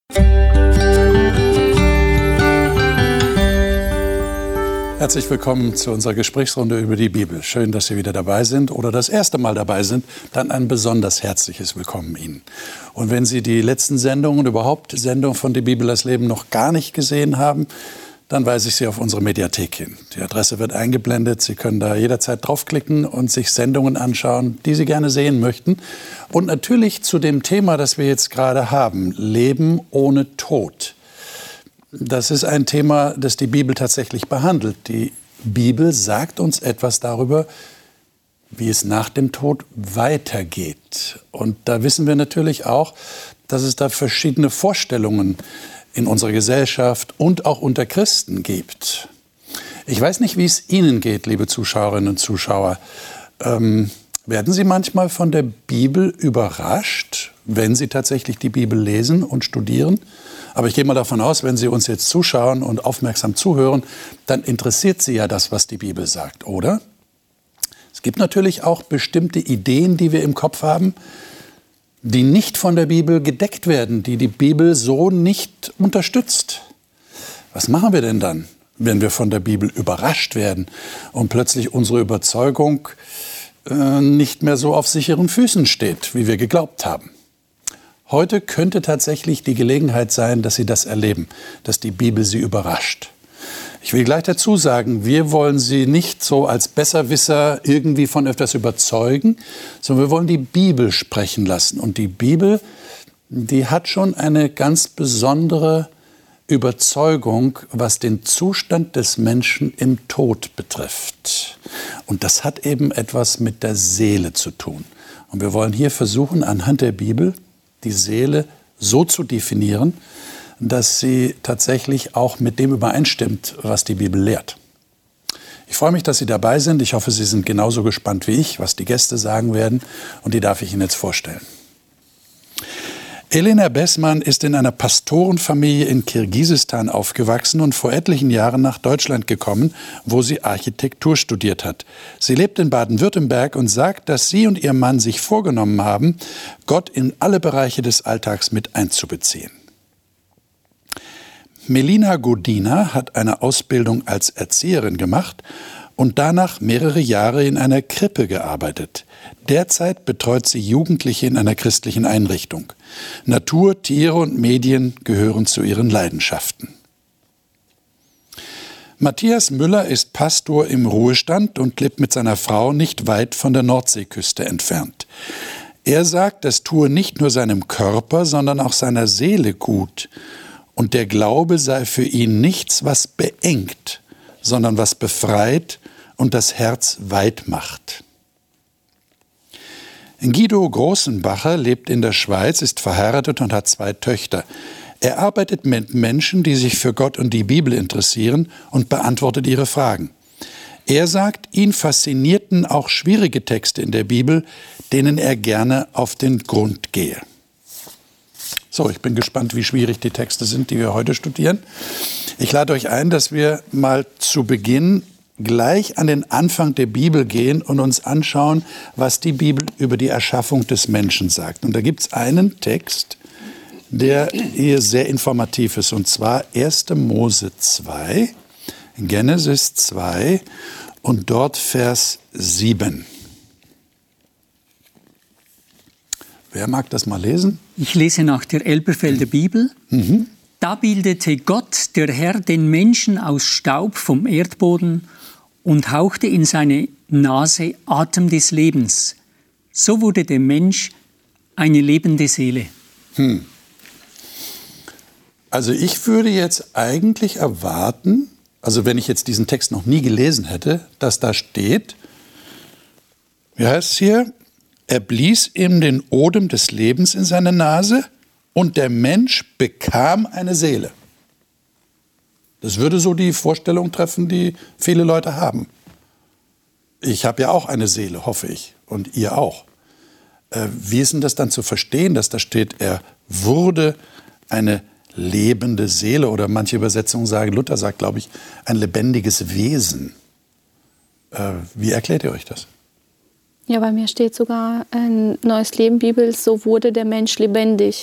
Herzlich willkommen zu unserer Gesprächsrunde über die Bibel. Schön, dass Sie wieder dabei sind oder das erste Mal dabei sind. Dann ein besonders herzliches Willkommen Ihnen. Und wenn Sie die letzten Sendungen, überhaupt Sendungen von Die Bibel, das Leben noch gar nicht gesehen haben, dann weise ich Sie auf unsere Mediathek hin. Die Adresse wird eingeblendet. Sie können da jederzeit draufklicken und sich Sendungen anschauen, die Sie gerne sehen möchten. Und natürlich zu dem Thema, das wir jetzt gerade haben, Leben ohne Tod. Das ist ein Thema, das die Bibel tatsächlich behandelt. Die Bibel sagt uns etwas darüber, wie es nach dem Tod weitergeht. Und da wissen wir natürlich auch, dass es da verschiedene Vorstellungen in unserer Gesellschaft und auch unter Christen gibt. Ich weiß nicht, wie es Ihnen geht, liebe Zuschauerinnen und Zuschauer. Werden Sie manchmal von der Bibel überrascht, wenn Sie tatsächlich die Bibel lesen und studieren? Aber ich gehe mal davon aus, wenn Sie uns jetzt zuschauen und aufmerksam zuhören, dann interessiert Sie ja das, was die Bibel sagt, oder? Es gibt natürlich auch bestimmte Ideen, die wir im Kopf haben, die nicht von der Bibel gedeckt werden, die die Bibel so nicht unterstützt. Was machen wir denn dann, wenn wir von der Bibel überrascht werden und plötzlich unsere Überzeugung nicht mehr so auf sicheren Füßen steht, wie wir geglaubt haben? Heute könnte tatsächlich die Gelegenheit sein, dass Sie das erleben, dass die Bibel Sie überrascht. Ich will gleich dazu sagen, wir wollen Sie nicht so als Besserwisser irgendwie von etwas überzeugen, sondern wir wollen die Bibel sprechen lassen. Und die Bibel, die hat schon eine ganz besondere Überzeugung, was den Zustand des Menschen im Tod betrifft. Und das hat eben etwas mit der Seele zu tun. Und wir wollen hier versuchen, anhand der Bibel die Seele so zu definieren, dass sie tatsächlich auch mit dem übereinstimmt, was die Bibel lehrt. Ich freue mich, dass Sie dabei sind. Ich hoffe, Sie sind genauso gespannt wie ich, was die Gäste sagen werden. Und die darf ich Ihnen jetzt vorstellen. Elena Bessmann ist in einer Pastorenfamilie in Kirgisistan aufgewachsen und vor etlichen Jahren nach Deutschland gekommen, wo sie Architektur studiert hat. Sie lebt in Baden-Württemberg und sagt, dass sie und ihr Mann sich vorgenommen haben, Gott in alle Bereiche des Alltags mit einzubeziehen. Melina Godina hat eine Ausbildung als Erzieherin gemacht und danach mehrere Jahre in einer Krippe gearbeitet. Derzeit betreut sie Jugendliche in einer christlichen Einrichtung. Natur, Tiere und Medien gehören zu ihren Leidenschaften. Matthias Müller ist Pastor im Ruhestand und lebt mit seiner Frau nicht weit von der Nordseeküste entfernt. Er sagt, das tue nicht nur seinem Körper, sondern auch seiner Seele gut. Und der Glaube sei für ihn nichts, was beengt, sondern was befreit und das Herz weit macht. Guido Großenbacher lebt in der Schweiz, ist verheiratet und hat 2 Töchter. Er arbeitet mit Menschen, die sich für Gott und die Bibel interessieren und beantwortet ihre Fragen. Er sagt, ihn faszinierten auch schwierige Texte in der Bibel, denen er gerne auf den Grund gehe. So, ich bin gespannt, wie schwierig die Texte sind, die wir heute studieren. Ich lade euch ein, dass wir mal zu Beginn gleich an den Anfang der Bibel gehen und uns anschauen, was die Bibel über die Erschaffung des Menschen sagt. Und da gibt es einen Text, der hier sehr informativ ist, und zwar 1. Mose 2, Genesis 2 und dort Vers 7. Wer mag das mal lesen? Ich lese nach der Elberfelder Bibel. Da bildete Gott, der Herr, den Menschen aus Staub vom Erdboden und hauchte in seine Nase Atem des Lebens. So wurde der Mensch eine lebende Seele. Also ich würde jetzt eigentlich erwarten, also wenn ich jetzt diesen Text noch nie gelesen hätte, dass da steht, wie heißt es hier? Er blies ihm den Odem des Lebens in seine Nase und der Mensch bekam eine Seele. Das würde so die Vorstellung treffen, die viele Leute haben. Ich habe ja auch eine Seele, hoffe ich, und ihr auch. Wie ist denn das dann zu verstehen, dass da steht, er wurde eine lebende Seele, oder manche Übersetzungen sagen, Luther sagt, glaube ich, ein lebendiges Wesen. Wie erklärt ihr euch das? Ja, bei mir steht sogar ein Neues Leben Bibel, so wurde der Mensch lebendig.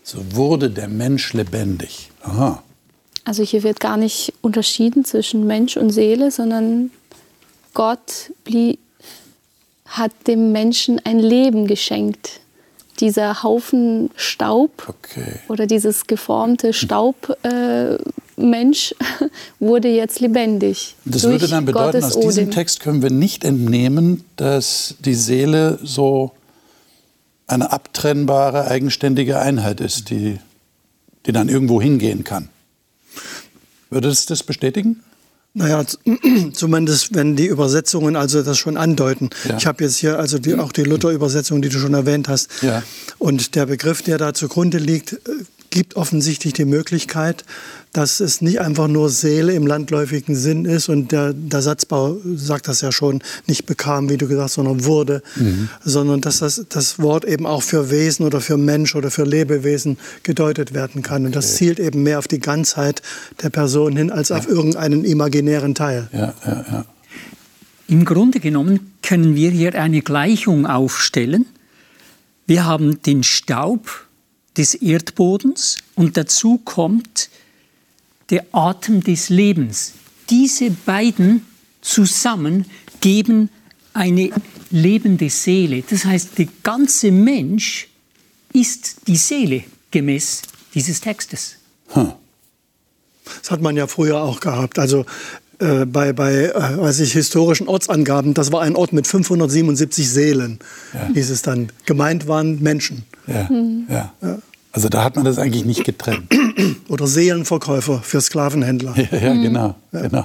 So wurde der Mensch lebendig. Aha. Also hier wird gar nicht unterschieden zwischen Mensch und Seele, sondern Gott hat dem Menschen ein Leben geschenkt. Dieser Haufen Staub oder dieses geformte Staubmensch wurde jetzt lebendig. Das würde dann bedeuten, aus diesem Text können wir nicht entnehmen, dass die Seele so eine abtrennbare, eigenständige Einheit ist, die dann irgendwo hingehen kann. Würde das bestätigen? Naja, zumindest wenn die Übersetzungen also das schon andeuten. Ja. Ich habe jetzt hier also auch die Luther-Übersetzung, die du schon erwähnt hast. Ja. Und der Begriff, der da zugrunde liegt, gibt offensichtlich die Möglichkeit, dass es nicht einfach nur Seele im landläufigen Sinn ist und der Satzbau sagt das ja schon, nicht bekam, wie du gesagt hast, sondern wurde, sondern dass das Wort eben auch für Wesen oder für Mensch oder für Lebewesen gedeutet werden kann. Und das zielt eben mehr auf die Ganzheit der Person hin, als auf irgendeinen imaginären Teil. Ja. Im Grunde genommen können wir hier eine Gleichung aufstellen. Wir haben den Staub des Erdbodens und dazu kommt der Atem des Lebens. Diese beiden zusammen geben eine lebende Seele. Das heißt, der ganze Mensch ist die Seele gemäß dieses Textes. Das hat man ja früher auch gehabt. Also bei historischen Ortsangaben, das war ein Ort mit 577 Seelen, hieß es dann. Gemeint waren Menschen. Ja. Also da hat man das eigentlich nicht getrennt. Oder Seelenverkäufer für Sklavenhändler. Ja, genau.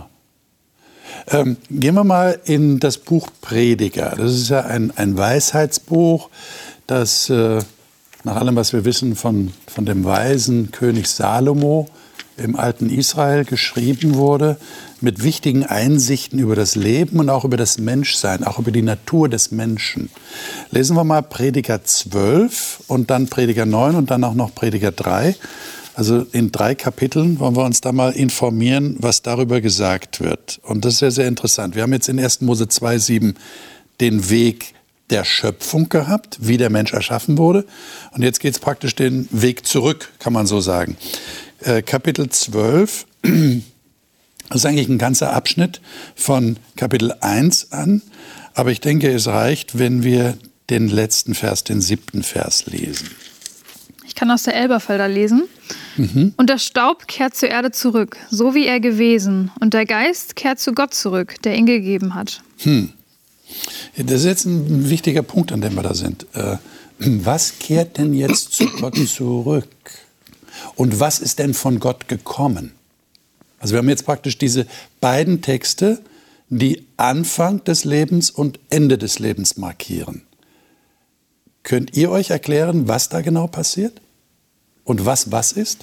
Gehen wir mal in das Buch Prediger. Das ist ja ein Weisheitsbuch, das nach allem, was wir wissen von dem weisen König Salomo im alten Israel geschrieben wurde, mit wichtigen Einsichten über das Leben und auch über das Menschsein, auch über die Natur des Menschen. Lesen wir mal Prediger 12 und dann Prediger 9 und dann auch noch Prediger 3. Also in 3 Kapiteln wollen wir uns da mal informieren, was darüber gesagt wird. Und das ist sehr, sehr interessant. Wir haben jetzt in 1. Mose 2,7 den Weg der Schöpfung gehabt, wie der Mensch erschaffen wurde. Und jetzt geht es praktisch den Weg zurück, kann man so sagen. Kapitel 12, das ist eigentlich ein ganzer Abschnitt von Kapitel 1 an. Aber ich denke, es reicht, wenn wir den letzten Vers, den 7. Vers lesen. Ich kann aus der Elberfelder lesen. Und der Staub kehrt zur Erde zurück, so wie er gewesen. Und der Geist kehrt zu Gott zurück, der ihn gegeben hat. Das ist jetzt ein wichtiger Punkt, an dem wir da sind. Was kehrt denn jetzt zu Gott zurück? Und was ist denn von Gott gekommen? Also wir haben jetzt praktisch diese beiden Texte, die Anfang des Lebens und Ende des Lebens markieren. Könnt ihr euch erklären, was da genau passiert? Und was ist?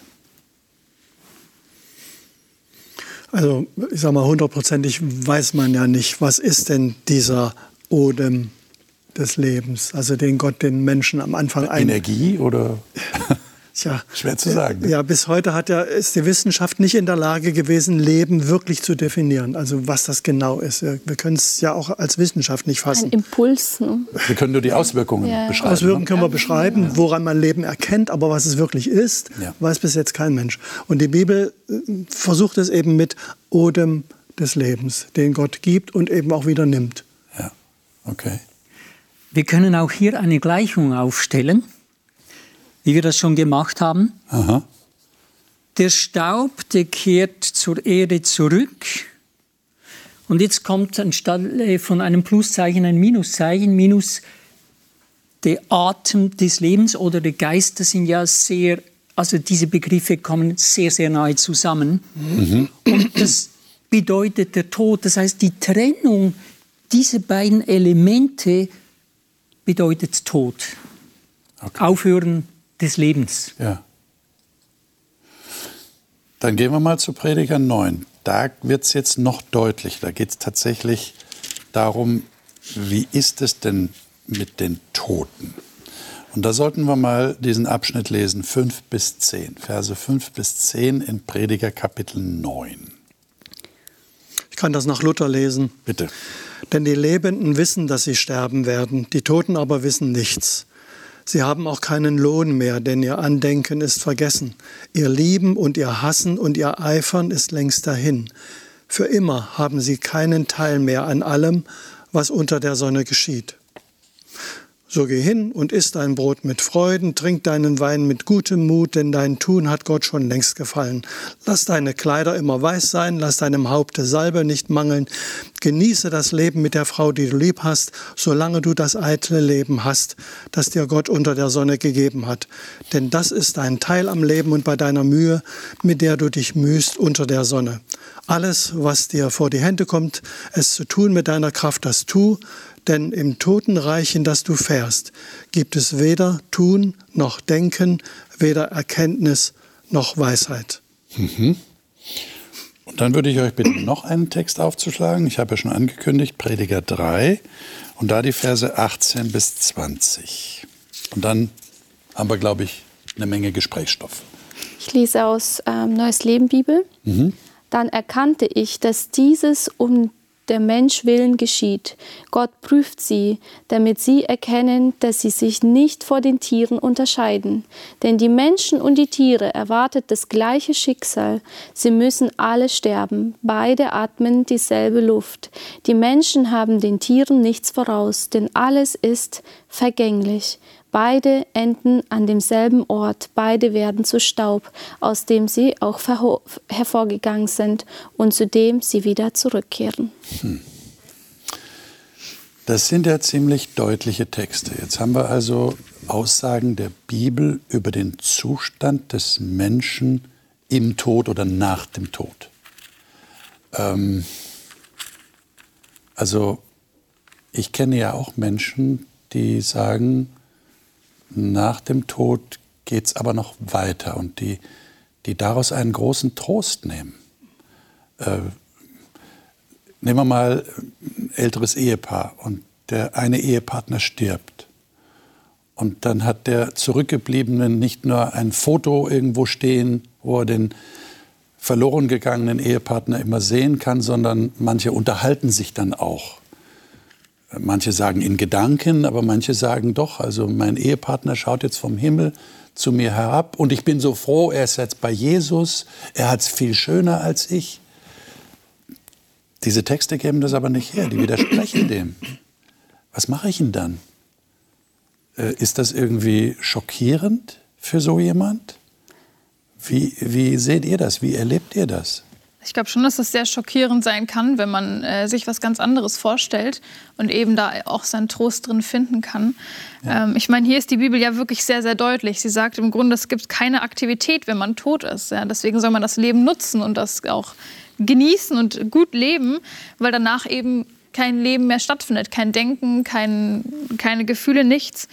Also ich sage mal, 100%ig weiß man ja nicht, was ist denn dieser Odem des Lebens, also den Gott den Menschen am Anfang Energie oder? Tja, schwer zu sagen. Ja, bis heute ist die Wissenschaft nicht in der Lage gewesen, Leben wirklich zu definieren. Also was das genau ist. Wir können es ja auch als Wissenschaft nicht fassen. Ein Impuls. Ne? Wir können nur die Auswirkungen beschreiben. Auswirkungen können wir beschreiben, woran man Leben erkennt, aber was es wirklich ist, weiß bis jetzt kein Mensch. Und die Bibel versucht es eben mit Odem des Lebens, den Gott gibt und eben auch wieder nimmt. Ja, okay. Wir können auch hier eine Gleichung aufstellen, wie wir das schon gemacht haben. Aha. Der Staub, der kehrt zur Erde zurück. Und jetzt kommt anstelle von einem Pluszeichen ein Minuszeichen. Minus der Atem des Lebens oder der Geist, das sind ja sehr, also diese Begriffe kommen sehr, sehr nahe zusammen. Und das bedeutet der Tod. Das heißt, die Trennung dieser beiden Elemente bedeutet Tod. Okay. Aufhören des Lebens. Ja. Dann gehen wir mal zu Prediger 9. Da wird es jetzt noch deutlicher. Da geht es tatsächlich darum, wie ist es denn mit den Toten? Und da sollten wir mal diesen Abschnitt lesen, 5 bis 10. Verse 5 bis 10 in Prediger Kapitel 9. Ich kann das nach Luther lesen. Bitte. Denn die Lebenden wissen, dass sie sterben werden, die Toten aber wissen nichts. Sie haben auch keinen Lohn mehr, denn ihr Andenken ist vergessen. Ihr Lieben und ihr Hassen und ihr Eifern ist längst dahin. Für immer haben sie keinen Teil mehr an allem, was unter der Sonne geschieht. So geh hin und iss dein Brot mit Freuden, trink deinen Wein mit gutem Mut, denn dein Tun hat Gott schon längst gefallen. Lass deine Kleider immer weiß sein, lass deinem Haupte Salbe nicht mangeln. Genieße das Leben mit der Frau, die du lieb hast, solange du das eitle Leben hast, das dir Gott unter der Sonne gegeben hat. Denn das ist dein Teil am Leben und bei deiner Mühe, mit der du dich mühst unter der Sonne. Alles, was dir vor die Hände kommt, es zu tun mit deiner Kraft, das tu, denn im Totenreich, in das du fährst, gibt es weder Tun noch Denken, weder Erkenntnis noch Weisheit. Mhm. Und dann würde ich euch bitten, noch einen Text aufzuschlagen. Ich habe ja schon angekündigt, Prediger 3 und da die Verse 18 bis 20. Und dann haben wir, glaube ich, eine Menge Gesprächsstoff. Ich lese aus Neues Leben Bibel. Mhm. Dann erkannte ich, dass dieses um der Mensch willen geschieht. Gott prüft sie, damit sie erkennen, dass sie sich nicht vor den Tieren unterscheiden. Denn die Menschen und die Tiere erwartet das gleiche Schicksal. Sie müssen alle sterben. Beide atmen dieselbe Luft. Die Menschen haben den Tieren nichts voraus, denn alles ist vergänglich. Beide enden an demselben Ort, beide werden zu Staub, aus dem sie auch hervorgegangen sind und zu dem sie wieder zurückkehren. Das sind ja ziemlich deutliche Texte. Jetzt haben wir also Aussagen der Bibel über den Zustand des Menschen im Tod oder nach dem Tod. Also ich kenne ja auch Menschen, die sagen, nach dem Tod geht es aber noch weiter und die daraus einen großen Trost nehmen. Nehmen wir mal ein älteres Ehepaar und der eine Ehepartner stirbt. Und dann hat der Zurückgebliebene nicht nur ein Foto irgendwo stehen, wo er den verloren gegangenen Ehepartner immer sehen kann, sondern manche unterhalten sich dann auch. Manche sagen in Gedanken, aber manche sagen doch, also mein Ehepartner schaut jetzt vom Himmel zu mir herab und ich bin so froh, er ist jetzt bei Jesus, er hat es viel schöner als ich. Diese Texte geben das aber nicht her, die widersprechen dem. Was mache ich denn dann? Ist das irgendwie schockierend für so jemand? Wie seht ihr das? Wie erlebt ihr das? Ich glaube schon, dass das sehr schockierend sein kann, wenn man sich was ganz anderes vorstellt und eben da auch seinen Trost drin finden kann. Ja. Ich meine, hier ist die Bibel ja wirklich sehr, sehr deutlich. Sie sagt im Grunde, es gibt keine Aktivität, wenn man tot ist. Ja, deswegen soll man das Leben nutzen und das auch genießen und gut leben, weil danach eben kein Leben mehr stattfindet, kein Denken, keine Gefühle, nichts.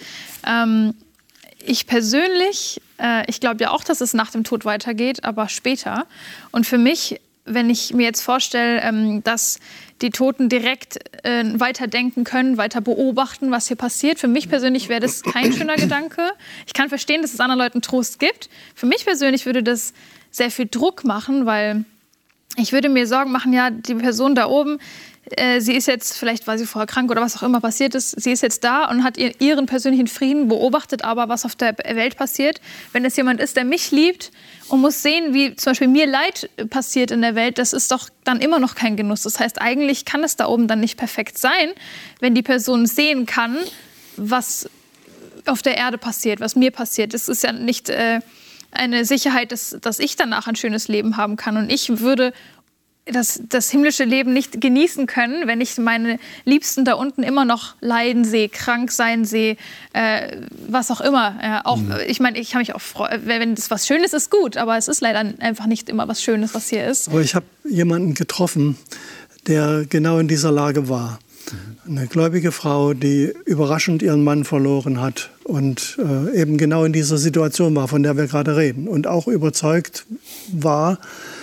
Ich persönlich, ich glaube ja auch, dass es nach dem Tod weitergeht, aber später. Und für mich, wenn ich mir jetzt vorstelle, dass die Toten direkt weiter denken können, weiter beobachten, was hier passiert. Für mich persönlich wäre das kein schöner Gedanke. Ich kann verstehen, dass es anderen Leuten Trost gibt. Für mich persönlich würde das sehr viel Druck machen, weil ich würde mir Sorgen machen, ja, die Person da oben, sie ist jetzt, vielleicht war sie vorher krank oder was auch immer passiert ist, sie ist jetzt da und hat ihren persönlichen Frieden, beobachtet aber, was auf der Welt passiert. Wenn es jemand ist, der mich liebt und muss sehen, wie zum Beispiel mir Leid passiert in der Welt, das ist doch dann immer noch kein Genuss. Das heißt, eigentlich kann es da oben dann nicht perfekt sein, wenn die Person sehen kann, was auf der Erde passiert, was mir passiert. Das ist ja nicht eine Sicherheit, dass ich danach ein schönes Leben haben kann. Und ich würde das himmlische Leben nicht genießen können, wenn ich meine Liebsten da unten immer noch leiden sehe, krank sein sehe, was auch immer. Ich meine, ich kann mich auch freuen, wenn es was Schönes ist, gut, aber es ist leider einfach nicht immer was Schönes, was hier ist. Aber ich habe jemanden getroffen, der genau in dieser Lage war. Eine gläubige Frau, die überraschend ihren Mann verloren hat und eben genau in dieser Situation war, von der wir gerade reden. Und auch überzeugt war,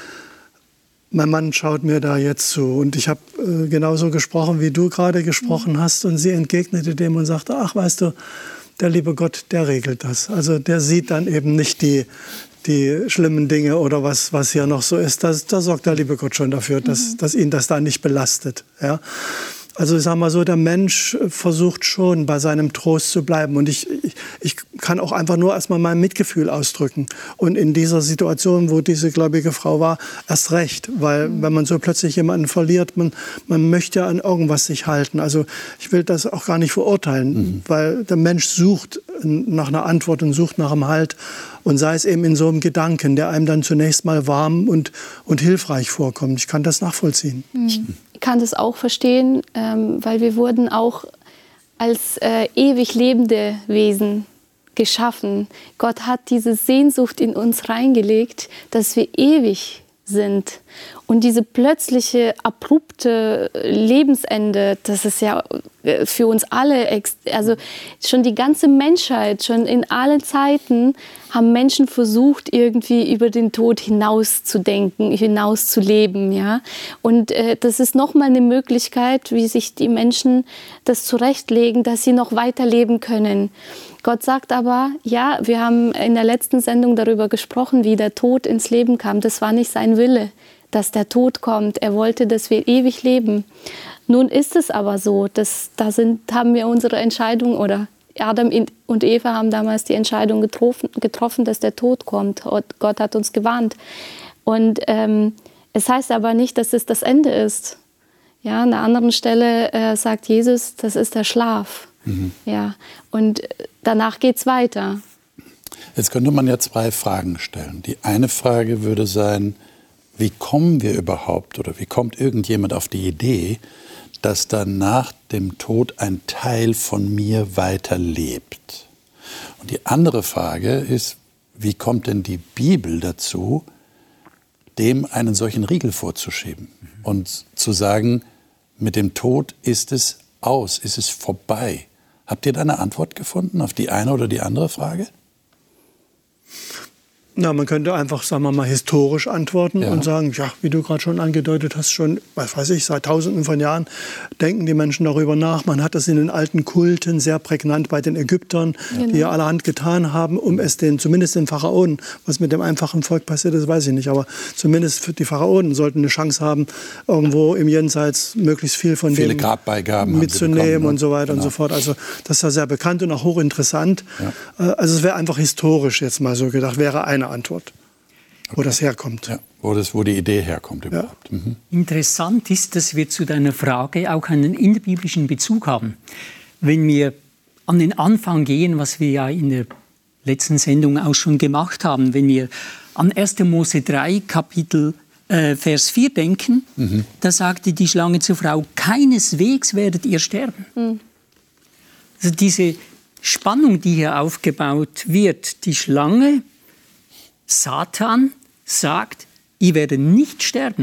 mein Mann schaut mir da jetzt zu. Und ich habe genauso gesprochen, wie du gerade gesprochen hast. Und sie entgegnete dem und sagte, ach, weißt du, der liebe Gott, der regelt das. Also der sieht dann eben nicht die schlimmen Dinge oder was hier noch so ist. Da sorgt der liebe Gott schon dafür, dass ihn das da nicht belastet. Ja? Also ich sage mal so, der Mensch versucht schon, bei seinem Trost zu bleiben. Und ich kann auch einfach nur erstmal mein Mitgefühl ausdrücken. Und in dieser Situation, wo diese gläubige Frau war, erst recht. Weil wenn man so plötzlich jemanden verliert, man möchte an irgendwas sich halten. Also ich will das auch gar nicht verurteilen, weil der Mensch sucht nach einer Antwort und sucht nach einem Halt. Und sei es eben in so einem Gedanken, der einem dann zunächst mal warm und hilfreich vorkommt. Ich kann das nachvollziehen. Ich kann das auch verstehen, weil wir wurden auch als ewig lebende Wesen geschaffen. Gott hat diese Sehnsucht in uns reingelegt, dass wir ewig sind. Und diese plötzliche, abrupte Lebensende, das ist ja für uns alle, also schon die ganze Menschheit, schon in allen Zeiten haben Menschen versucht, irgendwie über den Tod hinaus zu denken, hinaus zu leben. Ja? Und das ist nochmal eine Möglichkeit, wie sich die Menschen das zurechtlegen, dass sie noch weiterleben können. Gott sagt aber, ja, wir haben in der letzten Sendung darüber gesprochen, wie der Tod ins Leben kam. Das war nicht sein Wille, dass der Tod kommt. Er wollte, dass wir ewig leben. Nun ist es aber so, haben wir unsere Entscheidung, oder Adam und Eva haben damals die Entscheidung getroffen, dass der Tod kommt. Gott hat uns gewarnt. Und es heißt aber nicht, dass es das Ende ist. Ja, an einer anderen Stelle sagt Jesus, das ist der Schlaf. Ja, und danach geht es weiter. Jetzt könnte man ja 2 Fragen stellen. Die eine Frage würde sein, wie kommen wir überhaupt oder wie kommt irgendjemand auf die Idee, dass dann nach dem Tod ein Teil von mir weiterlebt? Und die andere Frage ist, wie kommt denn die Bibel dazu, dem einen solchen Riegel vorzuschieben und zu sagen, mit dem Tod ist es aus, ist es vorbei? Habt ihr da eine Antwort gefunden auf die eine oder die andere Frage? Na, man könnte einfach, sagen wir mal, historisch antworten und sagen, ja, wie du gerade schon angedeutet hast, schon, was weiß ich, seit Tausenden von Jahren denken die Menschen darüber nach. Man hat das in den alten Kulten sehr prägnant bei den Ägyptern, die ja allerhand getan haben, um es zumindest den Pharaonen, was mit dem einfachen Volk passiert ist, weiß ich nicht, aber zumindest für die Pharaonen sollten eine Chance haben, irgendwo im Jenseits möglichst viel von Viele dem Grabbeigaben mitzunehmen und so weiter und so fort. Also das ist ja sehr bekannt und auch hochinteressant. Ja. Also es wäre einfach historisch jetzt mal so gedacht, wäre eine Antwort, wo das herkommt. Ja, wo die Idee herkommt überhaupt. Ja. Interessant ist, dass wir zu deiner Frage auch einen innerbiblischen Bezug haben. Wenn wir an den Anfang gehen, was wir ja in der letzten Sendung auch schon gemacht haben, wenn wir an 1. Mose 3, Vers 4 denken, da sagte die Schlange zur Frau, keineswegs werdet ihr sterben. Also diese Spannung, die hier aufgebaut wird, die Schlange, Satan sagt, ihr werdet nicht sterben.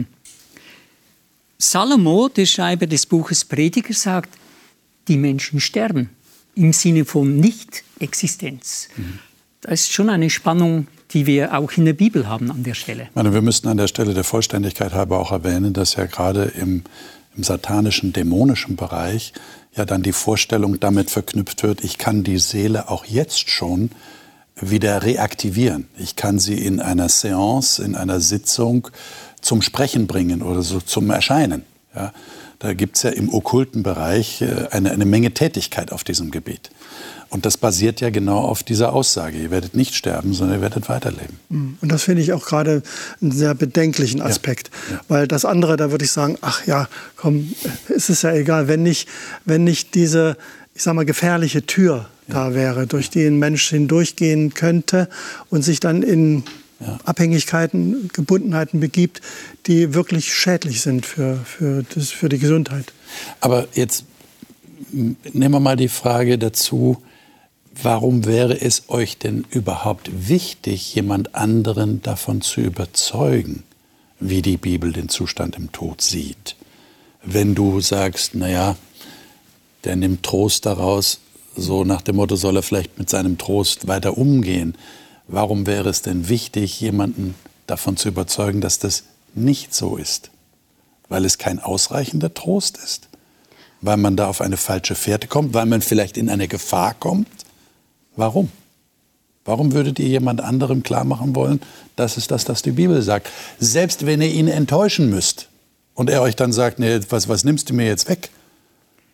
Salomo, der Schreiber des Buches Prediger, sagt, die Menschen sterben im Sinne von Nicht-Existenz. Das ist schon eine Spannung, die wir auch in der Bibel haben an der Stelle. Ich meine, wir müssten an der Stelle der Vollständigkeit halber auch erwähnen, dass ja gerade im satanischen, dämonischen Bereich ja dann die Vorstellung damit verknüpft wird, ich kann die Seele auch jetzt schon wieder reaktivieren. Ich kann sie in einer Seance, in einer Sitzung zum Sprechen bringen oder so zum Erscheinen. Ja, da gibt es ja im okkulten Bereich eine Menge Tätigkeit auf diesem Gebiet. Und das basiert ja genau auf dieser Aussage. Ihr werdet nicht sterben, sondern ihr werdet weiterleben. Und das finde ich auch gerade einen sehr bedenklichen Aspekt. Ja. Weil das andere, da würde ich sagen, ach ja, komm, ist es ja egal, wenn nicht diese, ich sag mal, gefährliche Tür da wäre, durch die ein Mensch hindurchgehen könnte und sich dann in Abhängigkeiten, Gebundenheiten begibt, die wirklich schädlich sind für die Gesundheit. Aber jetzt nehmen wir mal die Frage dazu, warum wäre es euch denn überhaupt wichtig, jemand anderen davon zu überzeugen, wie die Bibel den Zustand im Tod sieht? Wenn du sagst, naja, der nimmt Trost daraus, so nach dem Motto, soll er vielleicht mit seinem Trost weiter umgehen. Warum wäre es denn wichtig, jemanden davon zu überzeugen, dass das nicht so ist? Weil es kein ausreichender Trost ist? Weil man da auf eine falsche Fährte kommt? Weil man vielleicht in eine Gefahr kommt? Warum? Warum würdet ihr jemand anderem klar machen wollen, das ist das, was die Bibel sagt? Selbst wenn ihr ihn enttäuschen müsst und er euch dann sagt, nee, was nimmst du mir jetzt weg?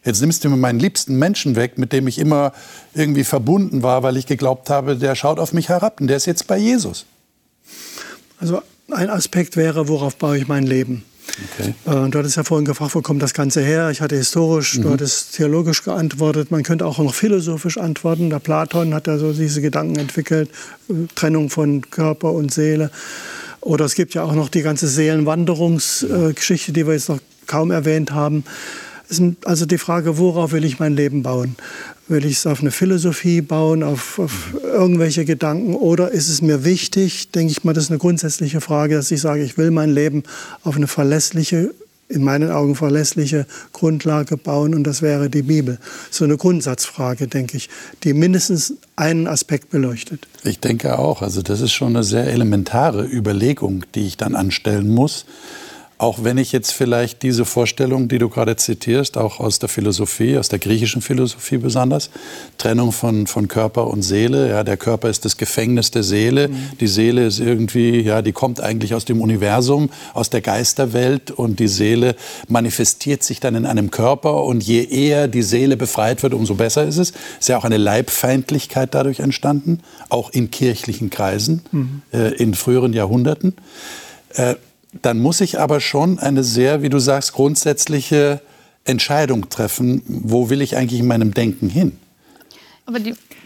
Jetzt nimmst du mir meinen liebsten Menschen weg, mit dem ich immer irgendwie verbunden war, weil ich geglaubt habe, der schaut auf mich herab und der ist jetzt bei Jesus. Also ein Aspekt wäre, worauf baue ich mein Leben? Okay. Du hattest ja vorhin gefragt, wo kommt das Ganze her? Ich hatte historisch, du hattest theologisch geantwortet. Man könnte auch noch philosophisch antworten. Der Platon hat ja so diese Gedanken entwickelt, Trennung von Körper und Seele. Oder es gibt ja auch noch die ganze Seelenwanderungsgeschichte, die wir jetzt noch kaum erwähnt haben. Es ist also die Frage, worauf will ich mein Leben bauen? Will ich es auf eine Philosophie bauen, auf irgendwelche Gedanken? Oder ist es mir wichtig, denke ich mal, das ist eine grundsätzliche Frage, dass ich sage, ich will mein Leben auf eine verlässliche, in meinen Augen verlässliche Grundlage bauen, und das wäre die Bibel. So eine Grundsatzfrage, denke ich, die mindestens einen Aspekt beleuchtet. Ich denke auch. Also das ist schon eine sehr elementare Überlegung, die ich dann anstellen muss. Auch wenn ich jetzt vielleicht diese Vorstellung, die du gerade zitierst, auch aus der Philosophie, aus der griechischen Philosophie besonders, Trennung von Körper und Seele. Ja, der Körper ist das Gefängnis der Seele. Die Seele ist irgendwie, ja, die kommt eigentlich aus dem Universum, aus der Geisterwelt, und die Seele manifestiert sich dann in einem Körper, und je eher die Seele befreit wird, umso besser ist es. Ist ja auch eine Leibfeindlichkeit dadurch entstanden, auch in kirchlichen Kreisen in früheren Jahrhunderten. Dann muss ich aber schon eine sehr, wie du sagst, grundsätzliche Entscheidung treffen. Wo will ich eigentlich in meinem Denken hin? Aber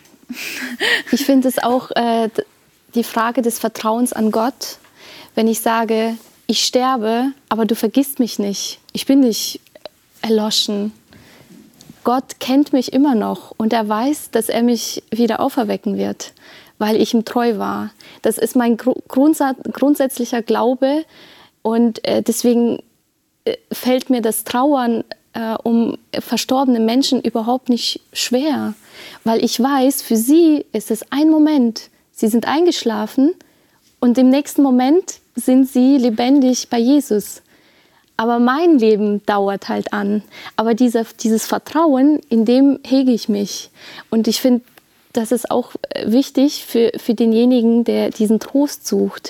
ich finde es auch die Frage des Vertrauens an Gott. Wenn ich sage, ich sterbe, aber du vergisst mich nicht. Ich bin nicht erloschen. Gott kennt mich immer noch, und er weiß, dass er mich wieder auferwecken wird, weil ich ihm treu war. Das ist mein grundsätzlicher Glaube. Und deswegen fällt mir das Trauern um verstorbene Menschen überhaupt nicht schwer. Weil ich weiß, für sie ist es ein Moment. Sie sind eingeschlafen und im nächsten Moment sind sie lebendig bei Jesus. Aber mein Leben dauert halt an. Aber dieses Vertrauen, in dem hege ich mich. Und ich finde, das ist auch wichtig für denjenigen, der diesen Trost sucht.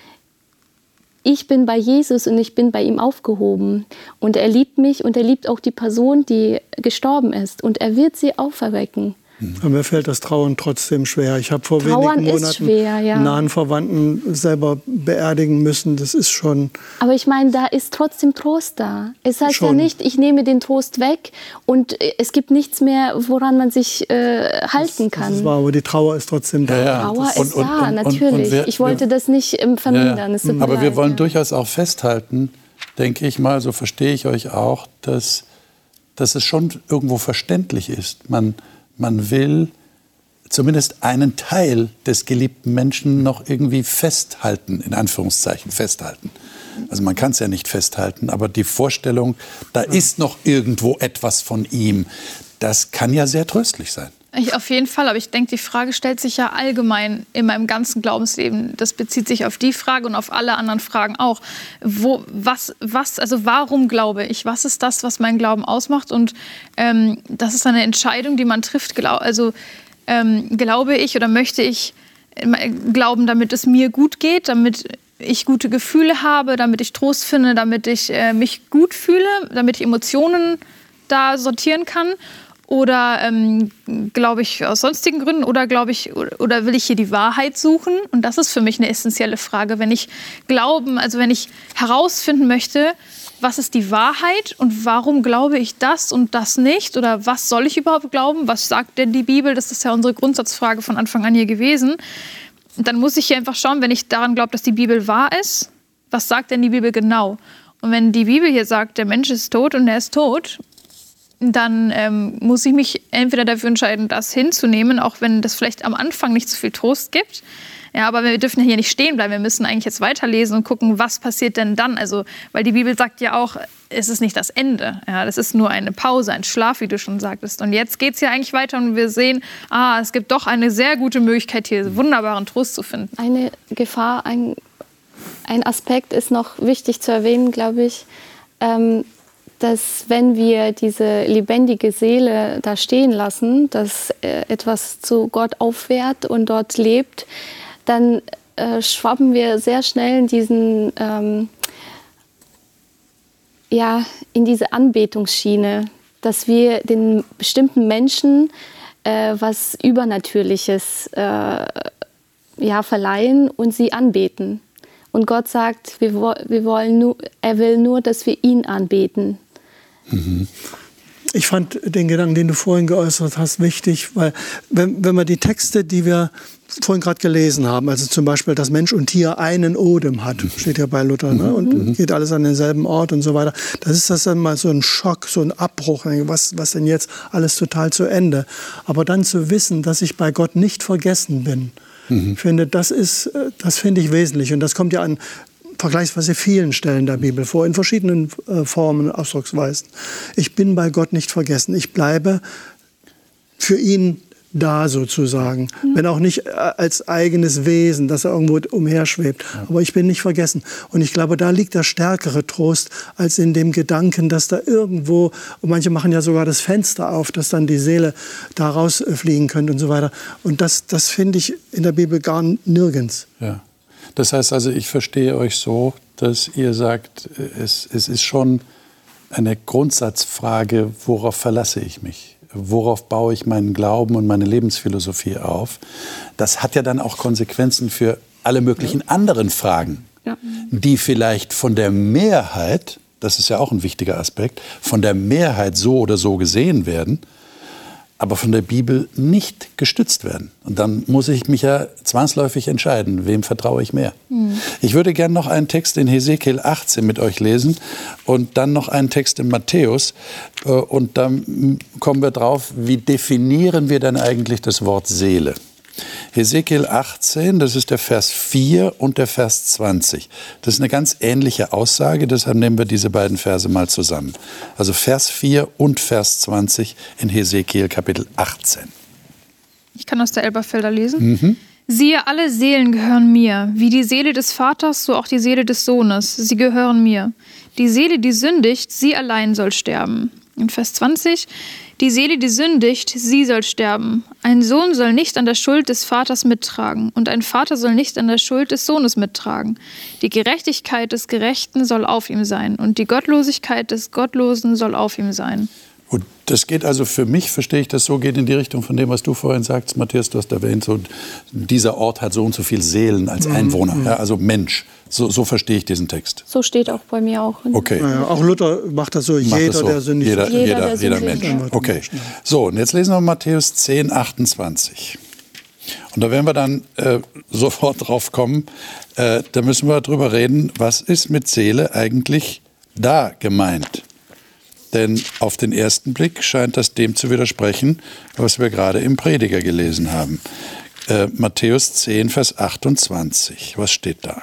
Ich bin bei Jesus und ich bin bei ihm aufgehoben. Und er liebt mich und er liebt auch die Person, die gestorben ist. Und er wird sie auferwecken. Aber mir fällt das Trauern trotzdem schwer. Ich habe vor wenigen Monaten einen nahen Verwandten selber beerdigen müssen. Das ist schon... Aber ich meine, da ist trotzdem Trost da. Es heißt ja nicht, ich nehme den Trost weg und es gibt nichts mehr, woran man sich halten kann. Das ist wahr, aber die Trauer ist trotzdem da. Ja. Trauer ist da, natürlich. Ich wollte das nicht vermindern. Ja. Aber wir wollen durchaus auch festhalten, denke ich mal, so verstehe ich euch auch, dass es schon irgendwo verständlich ist. Man will zumindest einen Teil des geliebten Menschen noch irgendwie festhalten, in Anführungszeichen festhalten. Also man kann es ja nicht festhalten, aber die Vorstellung, da ist noch irgendwo etwas von ihm, das kann ja sehr tröstlich sein. Auf jeden Fall, aber ich denke, die Frage stellt sich ja allgemein in meinem ganzen Glaubensleben. Das bezieht sich auf die Frage und auf alle anderen Fragen auch. Also warum glaube ich? Was ist das, was meinen Glauben ausmacht? Und das ist eine Entscheidung, die man trifft. Glaube ich oder möchte ich glauben, damit es mir gut geht, damit ich gute Gefühle habe, damit ich Trost finde, damit ich mich gut fühle, damit ich Emotionen da sortieren kann? Oder glaube ich aus sonstigen Gründen? Oder will ich hier die Wahrheit suchen? Und das ist für mich eine essentielle Frage. Wenn ich wenn ich herausfinden möchte, was ist die Wahrheit und warum glaube ich das und das nicht? Oder was soll ich überhaupt glauben? Was sagt denn die Bibel? Das ist ja unsere Grundsatzfrage von Anfang an hier gewesen. Und dann muss ich hier einfach schauen, wenn ich daran glaube, dass die Bibel wahr ist, was sagt denn die Bibel genau? Und wenn die Bibel hier sagt, der Mensch ist tot und er ist tot, dann muss ich mich entweder dafür entscheiden, das hinzunehmen, auch wenn das vielleicht am Anfang nicht so viel Trost gibt. Ja, aber wir dürfen hier nicht stehen bleiben. Wir müssen eigentlich jetzt weiterlesen und gucken, was passiert denn dann. Also, weil die Bibel sagt ja auch, es ist nicht das Ende. Ja, das ist nur eine Pause, ein Schlaf, wie du schon sagtest. Und jetzt geht es ja eigentlich weiter und wir sehen, es gibt doch eine sehr gute Möglichkeit, hier wunderbaren Trost zu finden. Eine Gefahr, ein Aspekt ist noch wichtig zu erwähnen, glaube ich, dass wenn wir diese lebendige Seele da stehen lassen, dass etwas zu Gott aufwehrt und dort lebt, dann schwappen wir sehr schnell in in diese Anbetungsschiene, dass wir den bestimmten Menschen was Übernatürliches verleihen und sie anbeten. Und Gott sagt, er will nur, dass wir ihn anbeten. Mhm. Ich fand den Gedanken, den du vorhin geäußert hast, wichtig, weil wenn man die Texte, die wir vorhin gerade gelesen haben, also zum Beispiel, dass Mensch und Tier einen Odem hat, steht ja bei Luther, ne? Und geht alles an denselben Ort und so weiter, das ist das dann mal so ein Schock, so ein Abbruch, was denn jetzt alles total zu Ende. Aber dann zu wissen, dass ich bei Gott nicht vergessen bin, ich finde, das finde ich wesentlich. Und das kommt ja an vergleichsweise vielen Stellen der Bibel vor, in verschiedenen Formen und Ausdrucksweisen. Ich bin bei Gott nicht vergessen. Ich bleibe für ihn da sozusagen. Wenn auch nicht als eigenes Wesen, das er irgendwo umherschwebt. Aber ich bin nicht vergessen. Und ich glaube, da liegt der stärkere Trost, als in dem Gedanken, dass da irgendwo, und manche machen ja sogar das Fenster auf, dass dann die Seele da rausfliegen könnte und so weiter. Und das finde ich in der Bibel gar nirgends. Ja. Das heißt also, ich verstehe euch so, dass ihr sagt, es ist schon eine Grundsatzfrage, worauf verlasse ich mich? Worauf baue ich meinen Glauben und meine Lebensphilosophie auf? Das hat ja dann auch Konsequenzen für alle möglichen anderen Fragen, die vielleicht von der Mehrheit, das ist ja auch ein wichtiger Aspekt, von der Mehrheit so oder so gesehen werden, aber von der Bibel nicht gestützt werden. Und dann muss ich mich ja zwangsläufig entscheiden, wem vertraue ich mehr. Ich würde gerne noch einen Text in Hesekiel 18 mit euch lesen und dann noch einen Text in Matthäus. Und dann kommen wir drauf, wie definieren wir denn eigentlich das Wort Seele? Hesekiel 18, das ist der Vers 4 und der Vers 20. Das ist eine ganz ähnliche Aussage, deshalb nehmen wir diese beiden Verse mal zusammen. Also Vers 4 und Vers 20 in Hesekiel Kapitel 18. Ich kann aus der Elberfelder lesen. Siehe, alle Seelen gehören mir, wie die Seele des Vaters, so auch die Seele des Sohnes. Sie gehören mir. Die Seele, die sündigt, sie allein soll sterben. In Vers 20, die Seele, die sündigt, sie soll sterben. Ein Sohn soll nicht an der Schuld des Vaters mittragen und ein Vater soll nicht an der Schuld des Sohnes mittragen. Die Gerechtigkeit des Gerechten soll auf ihm sein und die Gottlosigkeit des Gottlosen soll auf ihm sein. Gut, das geht also für mich, verstehe ich das so, geht in die Richtung von dem, was du vorhin sagst, Matthias, du hast erwähnt, so, dieser Ort hat so und so viele Seelen als Einwohner, ja, also Mensch. So verstehe ich diesen Text. So steht auch bei mir auch. Okay. Ja, auch Luther macht das so, der sündigt. Jeder Mensch. Okay. So, und jetzt lesen wir Matthäus 10, 28. Und da werden wir dann sofort drauf kommen, da müssen wir drüber reden, was ist mit Seele eigentlich da gemeint? Denn auf den ersten Blick scheint das dem zu widersprechen, was wir gerade im Prediger gelesen haben. Matthäus 10, Vers 28. Was steht da?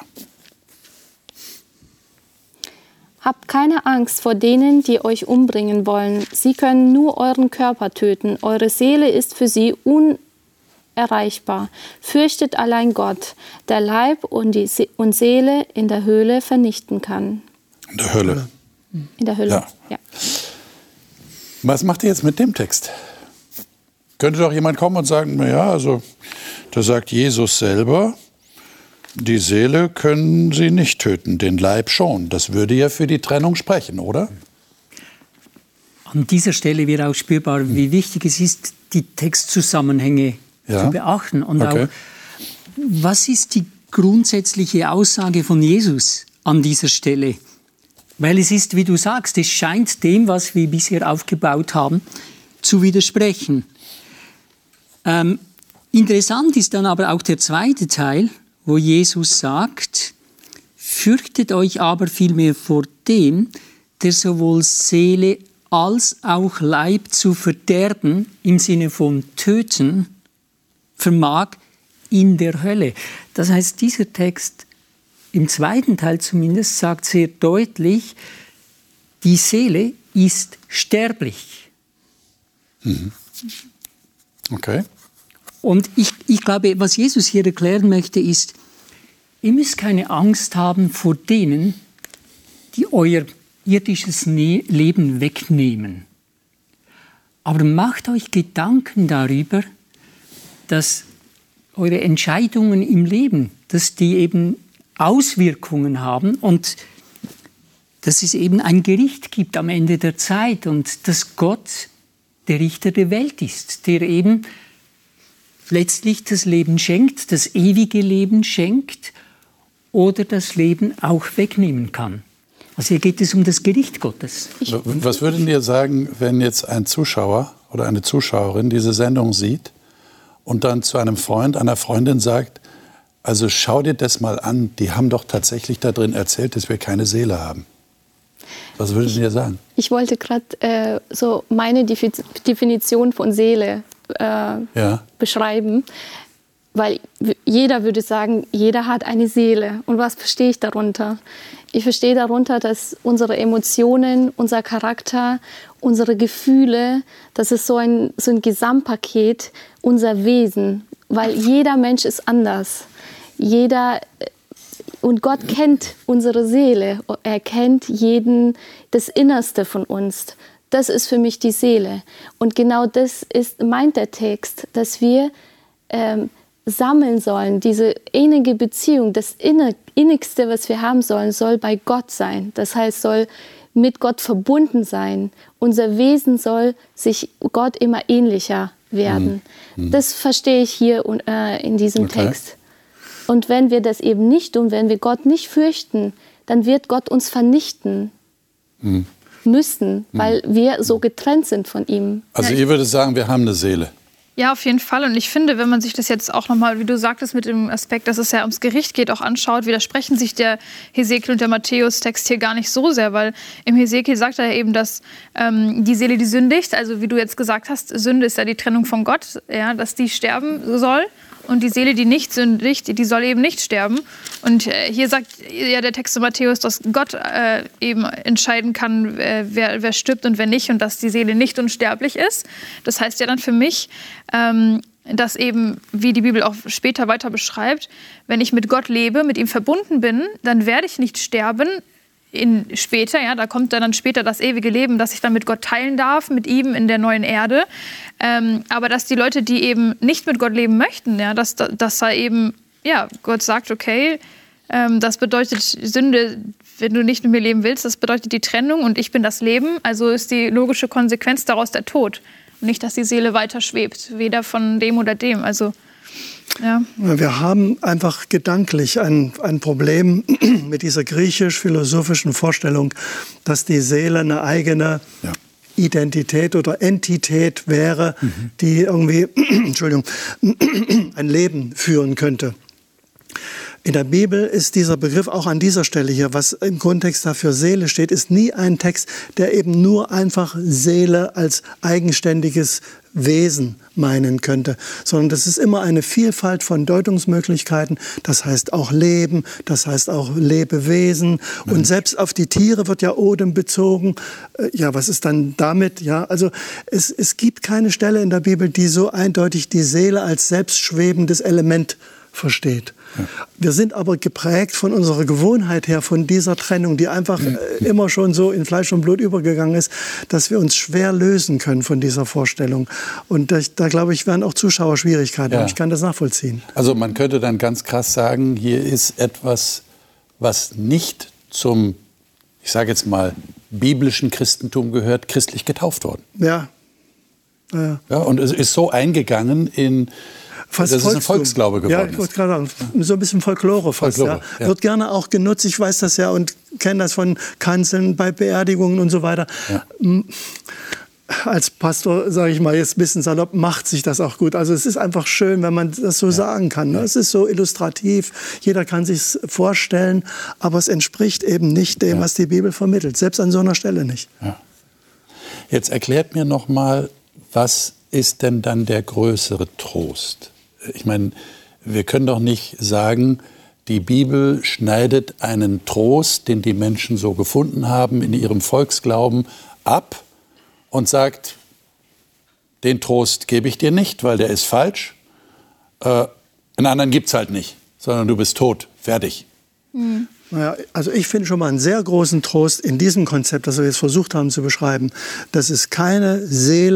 Habt keine Angst vor denen, die euch umbringen wollen. Sie können nur euren Körper töten. Eure Seele ist für sie unerreichbar. Fürchtet allein Gott, der Leib und Seele in der Höhle vernichten kann. In der Hölle. In der Hölle, ja. Was macht ihr jetzt mit dem Text? Könnte doch jemand kommen und sagen, naja, also da sagt Jesus selber, die Seele können sie nicht töten, den Leib schon. Das würde ja für die Trennung sprechen, oder? An dieser Stelle wird auch spürbar, wie wichtig es ist, die Textzusammenhänge zu beachten. Und auch, was ist die grundsätzliche Aussage von Jesus an dieser Stelle? Weil es ist, wie du sagst, es scheint dem, was wir bisher aufgebaut haben, zu widersprechen. Interessant ist dann aber auch der zweite Teil, wo Jesus sagt, fürchtet euch aber vielmehr vor dem, der sowohl Seele als auch Leib zu verderben, im Sinne von töten, vermag in der Hölle. Das heißt, dieser Text, im zweiten Teil zumindest, sagt sehr deutlich, die Seele ist sterblich. Okay. Und ich glaube, was Jesus hier erklären möchte, ist, ihr müsst keine Angst haben vor denen, die euer irdisches Leben wegnehmen. Aber macht euch Gedanken darüber, dass eure Entscheidungen im Leben, dass die eben Auswirkungen haben. Und dass es eben ein Gericht gibt am Ende der Zeit und dass Gott der Richter der Welt ist, der eben letztlich das Leben schenkt, das ewige Leben schenkt oder das Leben auch wegnehmen kann. Also hier geht es um das Gericht Gottes. Was würden ihr sagen, wenn jetzt ein Zuschauer oder eine Zuschauerin diese Sendung sieht und dann zu einem Freund, einer Freundin sagt, also schau dir das mal an, die haben doch tatsächlich da drin erzählt, dass wir keine Seele haben. Was würdet ihr sagen? Ich wollte gerade so meine Definition von Seele beschreiben, weil jeder würde sagen, jeder hat eine Seele. Und was verstehe ich darunter? Ich verstehe darunter, dass unsere Emotionen, unser Charakter, unsere Gefühle, das ist so ein Gesamtpaket, unser Wesen, weil jeder Mensch ist anders. Und Gott kennt unsere Seele, er kennt das Innerste von uns. Das ist für mich die Seele. Und genau das meint der Text, dass wir sammeln sollen, diese innige Beziehung, das Innigste, was wir haben sollen, soll bei Gott sein. Das heißt, soll mit Gott verbunden sein. Unser Wesen soll sich Gott immer ähnlicher werden. Das verstehe ich hier in diesem Text. Und wenn wir das eben nicht tun, wenn wir Gott nicht fürchten, dann wird Gott uns vernichten müssen, weil wir so getrennt sind von ihm. Also ihr würdet sagen, wir haben eine Seele. Ja, auf jeden Fall. Und ich finde, wenn man sich das jetzt auch nochmal, wie du sagtest, mit dem Aspekt, dass es ja ums Gericht geht, auch anschaut, widersprechen sich der Hesekiel und der Matthäus-Text hier gar nicht so sehr, weil im Hesekiel sagt er ja eben, dass die Seele, die sündigt, also wie du jetzt gesagt hast, Sünde ist ja die Trennung von Gott, ja, dass die sterben soll. Und die Seele, die nicht sündigt, die soll eben nicht sterben. Und hier sagt ja der Text von Matthäus, dass Gott eben entscheiden kann, wer stirbt und wer nicht. Und dass die Seele nicht unsterblich ist. Das heißt ja dann für mich, dass eben, wie die Bibel auch später weiter beschreibt, wenn ich mit Gott lebe, mit ihm verbunden bin, dann werde ich nicht sterben. Später, ja, da kommt dann später das ewige Leben, dass ich dann mit Gott teilen darf, mit ihm in der neuen Erde. Aber dass die Leute, die eben nicht mit Gott leben möchten, ja, dass da eben, ja, Gott sagt, okay, das bedeutet Sünde, wenn du nicht mit mir leben willst, das bedeutet die Trennung und ich bin das Leben. Also ist die logische Konsequenz daraus der Tod. Und nicht, dass die Seele weiter schwebt, weder von dem oder dem. Also ja. Wir haben einfach gedanklich ein Problem mit dieser griechisch-philosophischen Vorstellung, dass die Seele eine eigene Identität oder Entität wäre, die irgendwie ein Leben führen könnte. In der Bibel ist dieser Begriff auch an dieser Stelle hier, was im Kontext dafür Seele steht, ist nie ein Text, der eben nur einfach Seele als eigenständiges Wesen meinen könnte, sondern das ist immer eine Vielfalt von Deutungsmöglichkeiten. Das heißt auch Leben, das heißt auch Lebewesen. Und selbst auf die Tiere wird ja Odem bezogen. Ja, was ist dann damit? Ja, also es gibt keine Stelle in der Bibel, die so eindeutig die Seele als selbstschwebendes Element versteht. Ja. Wir sind aber geprägt von unserer Gewohnheit her, von dieser Trennung, die einfach immer schon so in Fleisch und Blut übergegangen ist, dass wir uns schwer lösen können von dieser Vorstellung. Und da glaube ich, werden auch Zuschauer Schwierigkeiten haben. Ich kann das nachvollziehen. Also man könnte dann ganz krass sagen, hier ist etwas, was nicht zum, ich sage jetzt mal, biblischen Christentum gehört, christlich getauft worden. Ja. Ja, und es ist so eingegangen in... Das ist ein Volksglaube geworden. Ja, ich wollte gerade sagen, so ein bisschen Folklore fast. Ja. Wird gerne auch genutzt, ich weiß das ja und kenne das von Kanzeln, bei Beerdigungen und so weiter. Ja. Als Pastor, sage ich mal jetzt ein bisschen salopp, macht sich das auch gut. Also es ist einfach schön, wenn man das so sagen kann. Es ist so illustrativ, jeder kann sich es vorstellen, aber es entspricht eben nicht dem, was die Bibel vermittelt, selbst an so einer Stelle nicht. Ja. Jetzt erklärt mir noch mal, was ist denn dann der größere Trost? Ich meine, wir können doch nicht sagen, die Bibel schneidet einen Trost, den die Menschen so gefunden haben in ihrem Volksglauben, ab und sagt, den Trost gebe ich dir nicht, weil der ist falsch. Einen anderen gibt's halt nicht, sondern du bist tot, fertig. Naja, also ich finde schon mal einen sehr großen Trost in diesem Konzept, das wir jetzt versucht haben zu beschreiben, dass es keine Seele,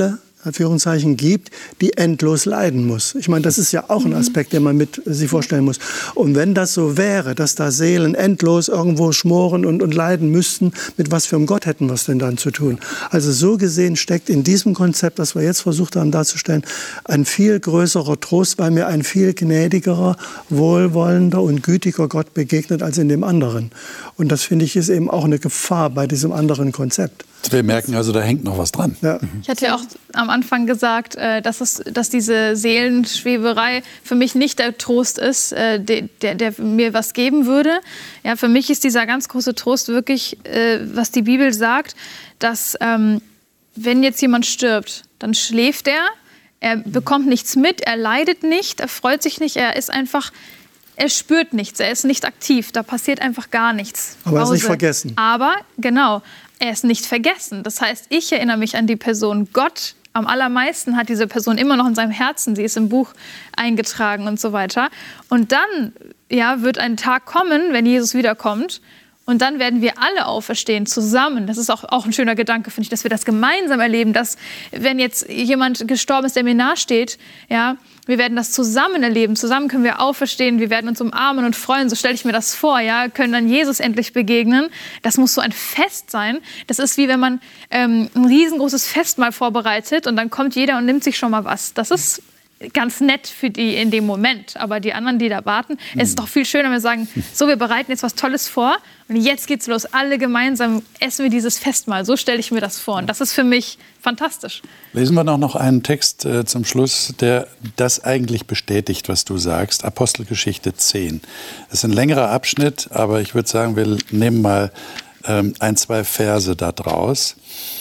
Anführungszeichen, gibt, die endlos leiden muss. Ich meine, das ist ja auch ein Aspekt, den man mit sich vorstellen muss. Und wenn das so wäre, dass da Seelen endlos irgendwo schmoren und leiden müssten, mit was für einem Gott hätten wir es denn dann zu tun? Also so gesehen steckt in diesem Konzept, das wir jetzt versucht haben darzustellen, ein viel größerer Trost, weil mir ein viel gnädigerer, wohlwollender und gütiger Gott begegnet als in dem anderen. Und das, finde ich, ist eben auch eine Gefahr bei diesem anderen Konzept. Wir merken also, da hängt noch was dran. Ja. Ich hatte ja auch am Anfang gesagt, dass diese Seelenschweberei für mich nicht der Trost ist, der mir was geben würde. Ja, für mich ist dieser ganz große Trost wirklich, was die Bibel sagt, dass wenn jetzt jemand stirbt, dann schläft er bekommt nichts mit, er leidet nicht, er freut sich nicht, er spürt nichts, er ist nicht aktiv, da passiert einfach gar nichts. Aber er ist nicht vergessen. Aber, genau, er ist nicht vergessen. Das heißt, ich erinnere mich an die Person. Gott am allermeisten hat diese Person immer noch in seinem Herzen. Sie ist im Buch eingetragen und so weiter. Und dann wird ein Tag kommen, wenn Jesus wiederkommt. Und dann werden wir alle auferstehen zusammen. Das ist auch ein schöner Gedanke, finde ich, dass wir das gemeinsam erleben, dass wenn jetzt jemand gestorben ist, der mir nahesteht, wir werden das zusammen erleben. Zusammen können wir auferstehen, wir werden uns umarmen und freuen. So stelle ich mir das vor, können dann Jesus endlich begegnen. Das muss so ein Fest sein. Das ist wie wenn man ein riesengroßes Festmahl vorbereitet und dann kommt jeder und nimmt sich schon mal was. Das ist ganz nett für die in dem Moment. Aber die anderen, die da warten, es ist doch viel schöner, wenn wir sagen, so, wir bereiten jetzt was Tolles vor und jetzt geht's los. Alle gemeinsam essen wir dieses Festmahl. So stelle ich mir das vor. Und das ist für mich fantastisch. Lesen wir noch einen Text zum Schluss, der das eigentlich bestätigt, was du sagst. Apostelgeschichte 10. Das ist ein längerer Abschnitt, aber ich würde sagen, wir nehmen mal 1-2 Verse da draus.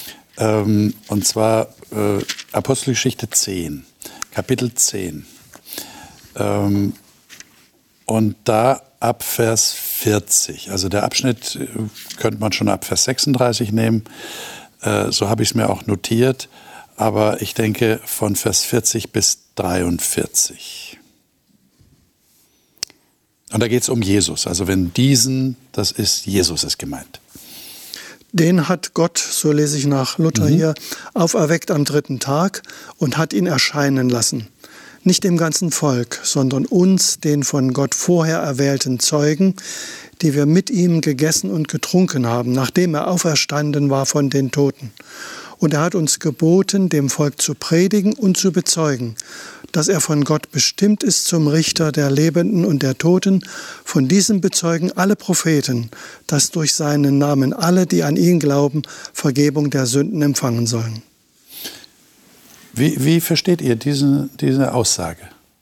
Und zwar Apostelgeschichte 10. Kapitel 10. Und da ab Vers 40. Also der Abschnitt könnte man schon ab Vers 36 nehmen. So habe ich es mir auch notiert. Aber ich denke von Vers 40 bis 43. Und da geht es um Jesus. Also wenn das ist, Jesus ist gemeint. Den hat Gott, so lese ich nach Luther hier, auferweckt am 3. Tag und hat ihn erscheinen lassen. Nicht dem ganzen Volk, sondern uns, den von Gott vorher erwählten Zeugen, die wir mit ihm gegessen und getrunken haben, nachdem er auferstanden war von den Toten. Und er hat uns geboten, dem Volk zu predigen und zu bezeugen, dass er von Gott bestimmt ist zum Richter der Lebenden und der Toten. Von diesem bezeugen alle Propheten, dass durch seinen Namen alle, die an ihn glauben, Vergebung der Sünden empfangen sollen. Wie versteht ihr diese Aussage?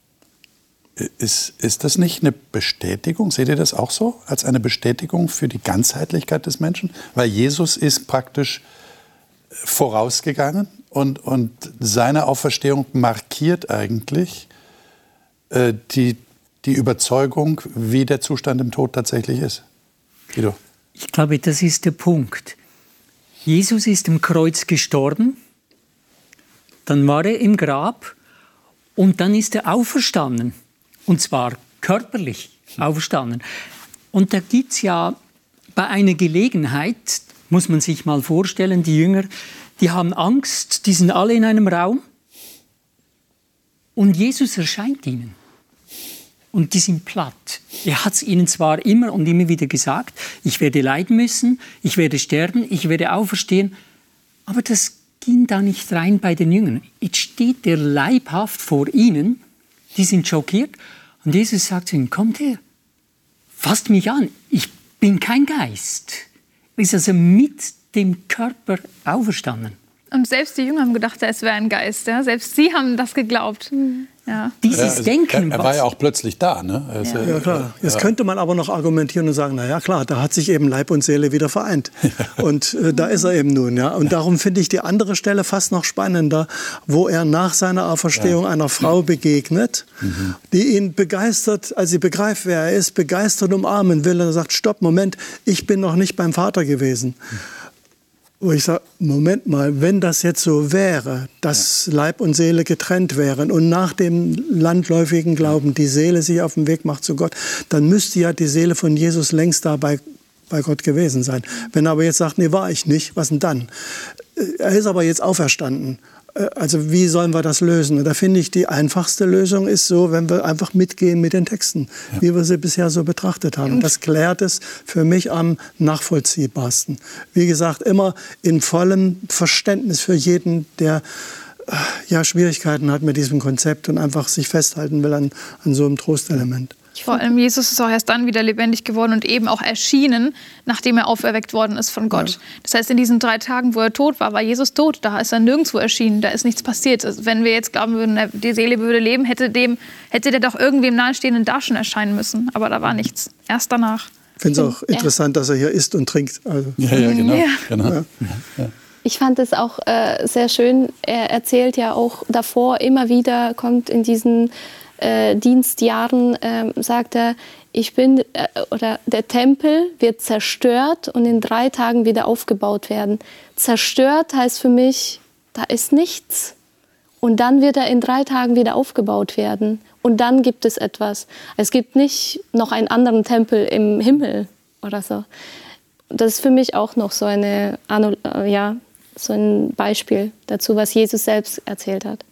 Ist das nicht eine Bestätigung? Seht ihr das auch so als eine Bestätigung für die Ganzheitlichkeit des Menschen? Weil Jesus ist praktisch vorausgegangen und seine Auferstehung markiert eigentlich die Überzeugung, wie der Zustand im Tod tatsächlich ist. Guido? Ich glaube, das ist der Punkt. Jesus ist am Kreuz gestorben, dann war er im Grab und dann ist er auferstanden. Und zwar körperlich auferstanden. Und da gibt es ja bei einer Gelegenheit, muss man sich mal vorstellen, die Jünger, die haben Angst, die sind alle in einem Raum und Jesus erscheint ihnen. Und die sind platt. Er hat es ihnen zwar immer und immer wieder gesagt, ich werde leiden müssen, ich werde sterben, ich werde auferstehen, aber das ging da nicht rein bei den Jüngern. Jetzt steht der leibhaft vor ihnen, die sind schockiert und Jesus sagt zu ihnen, kommt her, fasst mich an, ich bin kein Geist. Er ist also mit dem Körper auferstanden. Und selbst die Jünger haben gedacht, es wäre ein Geist. Ja? Selbst sie haben das geglaubt. Ja. Dieses Denken. Er war ja auch plötzlich da. Ne? Ja, klar. Jetzt könnte man aber noch argumentieren und sagen, na ja, klar, da hat sich eben Leib und Seele wieder vereint. Und da ist er eben nun. Ja? Und darum finde ich die andere Stelle fast noch spannender, wo er nach seiner Auferstehung einer Frau begegnet, die ihn begeistert, als sie begreift, wer er ist, begeistert umarmen will. Und er sagt, stopp, Moment, ich bin noch nicht beim Vater gewesen. Wo ich sage, Moment mal, wenn das jetzt so wäre, dass Leib und Seele getrennt wären und nach dem landläufigen Glauben die Seele sich auf den Weg macht zu Gott, dann müsste ja die Seele von Jesus längst da bei Gott gewesen sein. Wenn er aber jetzt sagt, nee, war ich nicht, was denn dann? Er ist aber jetzt auferstanden. Also wie sollen wir das lösen? Und da finde ich, die einfachste Lösung ist so, wenn wir einfach mitgehen mit den Texten, wie wir sie bisher so betrachtet haben. Das klärt es für mich am nachvollziehbarsten. Wie gesagt, immer in vollem Verständnis für jeden, der Schwierigkeiten hat mit diesem Konzept und einfach sich festhalten will an so einem Trostelement. Vor allem Jesus ist auch erst dann wieder lebendig geworden und eben auch erschienen, nachdem er auferweckt worden ist von Gott. Ja. Das heißt, in diesen 3 Tagen, wo er tot war Jesus tot. Da ist er nirgendwo erschienen, da ist nichts passiert. Also wenn wir jetzt glauben würden, die Seele würde leben, hätte der doch irgendwem nahestehenden da schon erscheinen müssen. Aber da war nichts. Erst danach. Ich finde es auch interessant, dass er hier isst und trinkt. Also. Ja, genau. Ja. Genau. Ja. Ja. Ich fand es auch sehr schön. Er erzählt ja auch davor immer wieder, kommt in diesen Dienstjahren, sagt er, der Tempel wird zerstört und in 3 Tagen wieder aufgebaut werden. Zerstört heißt für mich, da ist nichts. Und dann wird er in 3 Tagen wieder aufgebaut werden. Und dann gibt es etwas. Es gibt nicht noch einen anderen Tempel im Himmel oder so. Das ist für mich auch noch so ein Beispiel dazu, was Jesus selbst erzählt hat.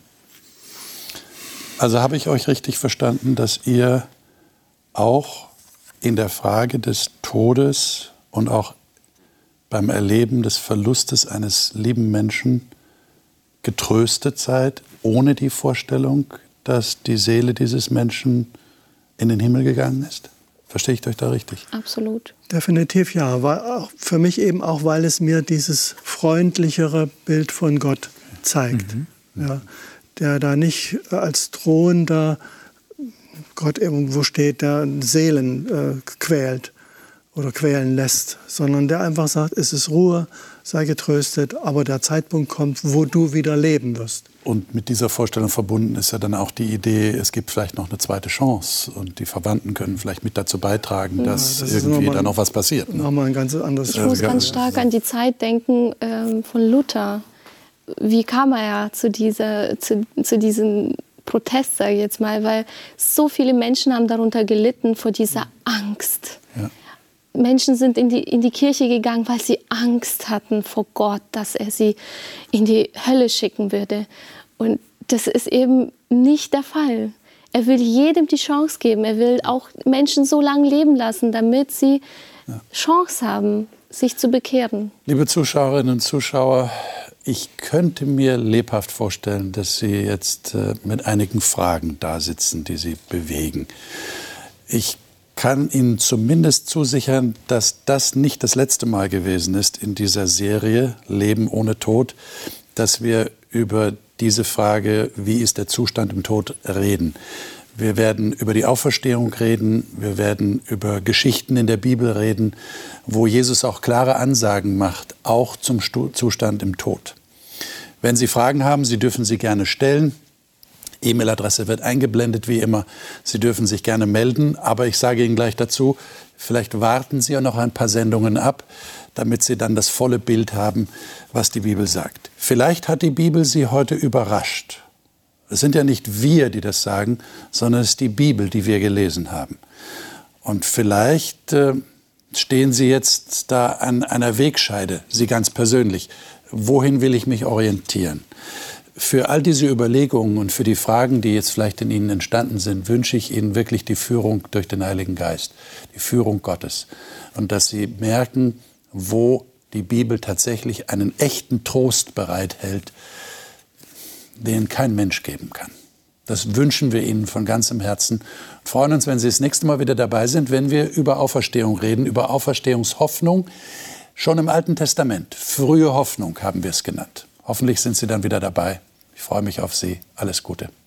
Also habe ich euch richtig verstanden, dass ihr auch in der Frage des Todes und auch beim Erleben des Verlustes eines lieben Menschen getröstet seid, ohne die Vorstellung, dass die Seele dieses Menschen in den Himmel gegangen ist? Verstehe ich euch da richtig? Absolut. Definitiv ja. Auch für mich eben auch, weil es mir dieses freundlichere Bild von Gott zeigt. Ja, der da nicht als drohender Gott irgendwo steht, der Seelen quält oder quälen lässt, sondern der einfach sagt, es ist Ruhe, sei getröstet, aber der Zeitpunkt kommt, wo du wieder leben wirst. Und mit dieser Vorstellung verbunden ist ja dann auch die Idee, es gibt vielleicht noch eine zweite Chance und die Verwandten können vielleicht mit dazu beitragen, dass irgendwie da noch was passiert. Ne? Nochmal ein ganz anderes. Ich muss ganz stark an die Zeit denken von Luther. Wie kam er ja zu diesem Protest, sage ich jetzt mal, weil so viele Menschen haben darunter gelitten vor dieser Angst. Ja. Menschen sind in die Kirche gegangen, weil sie Angst hatten vor Gott, dass er sie in die Hölle schicken würde. Und das ist eben nicht der Fall. Er will jedem die Chance geben. Er will auch Menschen so lange leben lassen, damit sie Chance haben, sich zu bekehren. Liebe Zuschauerinnen und Zuschauer, ich könnte mir lebhaft vorstellen, dass Sie jetzt mit einigen Fragen da sitzen, die Sie bewegen. Ich kann Ihnen zumindest zusichern, dass das nicht das letzte Mal gewesen ist in dieser Serie Leben ohne Tod, dass wir über diese Frage, wie ist der Zustand im Tod, reden. Wir werden über die Auferstehung reden, wir werden über Geschichten in der Bibel reden, wo Jesus auch klare Ansagen macht, auch zum Zustand im Tod. Wenn Sie Fragen haben, Sie dürfen sie gerne stellen. E-Mail-Adresse wird eingeblendet, wie immer. Sie dürfen sich gerne melden, aber ich sage Ihnen gleich dazu, vielleicht warten Sie ja noch ein paar Sendungen ab, damit Sie dann das volle Bild haben, was die Bibel sagt. Vielleicht hat die Bibel Sie heute überrascht. Es sind ja nicht wir, die das sagen, sondern es ist die Bibel, die wir gelesen haben. Und vielleicht stehen Sie jetzt da an einer Wegscheide, Sie ganz persönlich. Wohin will ich mich orientieren? Für all diese Überlegungen und für die Fragen, die jetzt vielleicht in Ihnen entstanden sind, wünsche ich Ihnen wirklich die Führung durch den Heiligen Geist, die Führung Gottes. Und dass Sie merken, wo die Bibel tatsächlich einen echten Trost bereithält, den kein Mensch geben kann. Das wünschen wir Ihnen von ganzem Herzen. Wir freuen uns, wenn Sie das nächste Mal wieder dabei sind, wenn wir über Auferstehung reden, über Auferstehungshoffnung. Schon im Alten Testament, frühe Hoffnung haben wir es genannt. Hoffentlich sind Sie dann wieder dabei. Ich freue mich auf Sie. Alles Gute.